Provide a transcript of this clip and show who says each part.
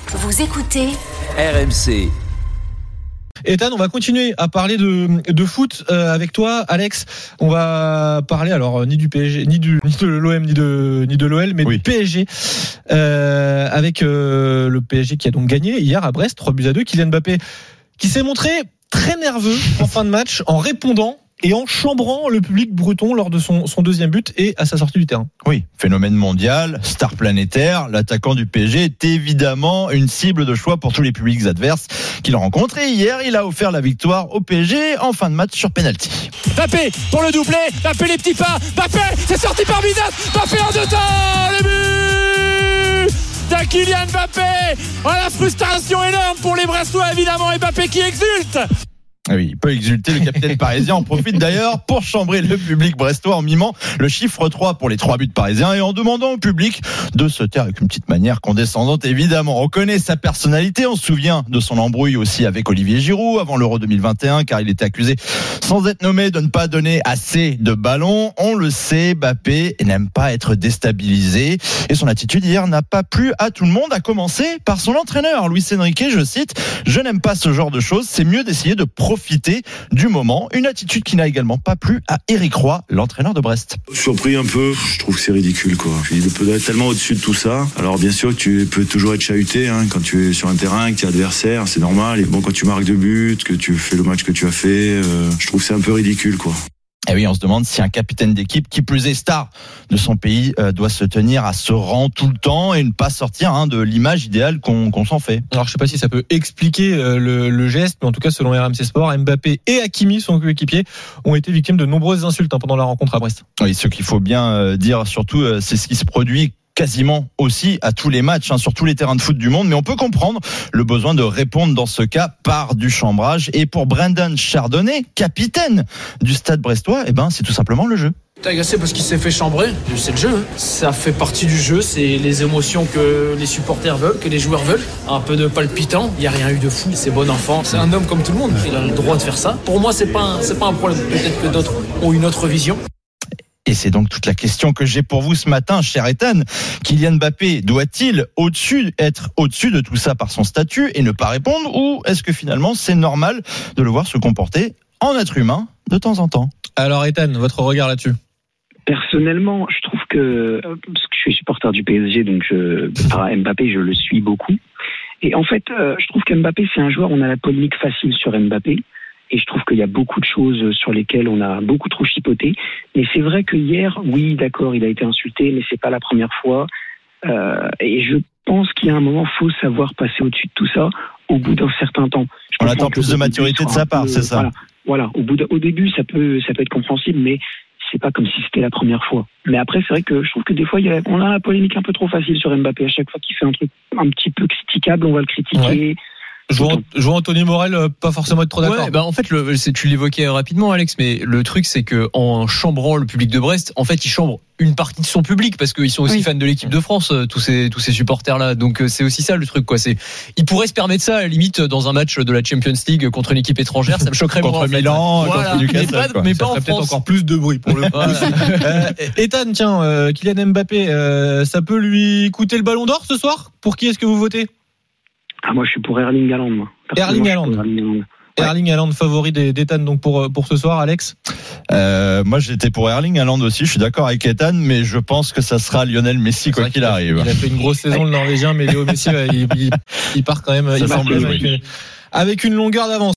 Speaker 1: Vous écoutez
Speaker 2: RMC.
Speaker 3: Ethan, on va continuer à parler de foot avec toi, Alex. On va parler alors ni du PSG, ni de l'OM, ni de l'OL, mais du PSG avec le PSG qui a donc gagné hier à Brest, 3-2. Kylian Mbappé qui s'est montré très nerveux en fin de match en répondant et en chambrant le public breton lors de son deuxième but et à sa sortie du terrain.
Speaker 4: Oui, phénomène mondial, star planétaire, l'attaquant du PSG est évidemment une cible de choix pour tous les publics adverses qu'il rencontre. Et hier, il a offert la victoire au PSG en fin de match sur penalty.
Speaker 5: Mbappé pour le doublé, Mbappé les petits pas, Mbappé, c'est sorti par Midas, Mbappé en deux temps, le but de Kylian Mbappé. Oh, la frustration énorme pour les Brestois évidemment, et Mbappé qui exulte.
Speaker 4: Oui, il peut exulter, le capitaine parisien en profite d'ailleurs pour chambrer le public brestois en mimant le chiffre 3 pour les 3 buts parisiens et en demandant au public de se taire avec une petite manière condescendante évidemment. On connaît sa personnalité, on se souvient de son embrouille aussi avec Olivier Giroud avant l'Euro 2021 car il était accusé sans être nommé de ne pas donner assez de ballons. On le sait, Mbappé n'aime pas être déstabilisé et son attitude hier n'a pas plu à tout le monde, à commencer par son entraîneur Luis Enrique, je cite: je n'aime pas ce genre de choses, c'est mieux d'essayer de profiter du moment. Une attitude qui n'a également pas plu à Éric Roy, l'entraîneur de Brest.
Speaker 6: Surpris un peu, je trouve que c'est ridicule quoi. Il peut être tellement au-dessus de tout ça. Alors bien sûr que tu peux toujours être chahuté quand tu es sur un terrain, que tu es adversaire, c'est normal. Et bon, quand tu marques 2 buts, que tu fais le match que tu as fait, je trouve que c'est un peu ridicule quoi.
Speaker 4: Et oui, on se demande si un capitaine d'équipe, qui plus est star de son pays, doit se tenir à ce rang tout le temps et ne pas sortir de l'image idéale qu'on s'en fait.
Speaker 3: Alors je sais pas si ça peut expliquer le geste, mais en tout cas selon RMC Sport, Mbappé et Hakimi, son coéquipier, ont été victimes de nombreuses insultes pendant la rencontre à Brest.
Speaker 4: Oui, ce qu'il faut bien dire surtout, c'est ce qui se produit quasiment aussi à tous les matchs, sur tous les terrains de foot du monde, mais on peut comprendre le besoin de répondre dans ce cas par du chambrage. Et pour Brendan Chardonnay, capitaine du Stade brestois, c'est tout simplement le jeu.
Speaker 7: T'es agacé parce qu'il s'est fait chambrer, c'est le jeu. Ça fait partie du jeu, c'est les émotions que les supporters veulent, que les joueurs veulent. Un peu de palpitant, il n'y a rien eu de fou, c'est bon enfant. C'est un homme comme tout le monde, il a le droit de faire ça. Pour moi, c'est pas un problème. Peut-être que d'autres ont une autre vision.
Speaker 4: Et c'est donc toute la question que j'ai pour vous ce matin, cher Ethan. Kylian Mbappé doit-il être au-dessus de tout ça par son statut et ne pas répondre, ou est-ce que finalement c'est normal de le voir se comporter en être humain de temps en temps?
Speaker 3: Alors Ethan, votre regard là-dessus?
Speaker 8: Personnellement, je trouve que, parce que je suis supporter du PSG, donc Mbappé, je le suis beaucoup. Et en fait, je trouve qu'Mbappé, c'est un joueur, on a la polémique facile sur Mbappé. Et je trouve qu'il y a beaucoup de choses sur lesquelles on a beaucoup trop chipoté. Mais c'est vrai que hier, oui, d'accord, il a été insulté, mais c'est pas la première fois. Et je pense qu'il y a un moment, faut savoir passer au-dessus de tout ça au bout d'un certain temps.
Speaker 4: On attend plus de maturité de sa part, c'est ça.
Speaker 8: Voilà. Au début, ça peut être compréhensible, mais c'est pas comme si c'était la première fois. Mais après, c'est vrai que je trouve que des fois, on a la polémique un peu trop facile sur Mbappé. À chaque fois qu'il fait un truc un petit peu critiquable, on va le critiquer.
Speaker 3: Ouais. Je vois Anthony Morel pas forcément être trop d'accord.
Speaker 9: Ouais, en fait, tu l'évoquais rapidement, Alex, mais le truc, c'est que en chambrant le public de Brest, en fait, il chambre une partie de son public parce qu'ils sont aussi fans de l'équipe de France, tous ces supporters-là. Donc c'est aussi ça le truc, quoi. Il pourrait se permettre ça à la limite dans un match de la Champions League contre une équipe étrangère, ça me choquerait moins.
Speaker 4: Contre Milan, contre Newcastle,
Speaker 9: mais pas en
Speaker 3: France. Peut-être encore plus de bruit pour le coup. Ethan, tiens, Kylian Mbappé, ça peut lui coûter le Ballon d'Or ce soir? Pour qui est-ce que vous votez?
Speaker 8: Moi, je suis pour Erling Haaland.
Speaker 3: Erling Haaland, favori d'Ethan donc pour ce soir, Alex.
Speaker 4: Moi, j'étais pour Erling Haaland aussi. Je suis d'accord avec Ethan, mais je pense que ça sera Lionel Messi quoi qu'il arrive.
Speaker 3: Il a fait une grosse saison le Norvégien, mais Léo Messi, il part quand même. Il part avec une longueur d'avance.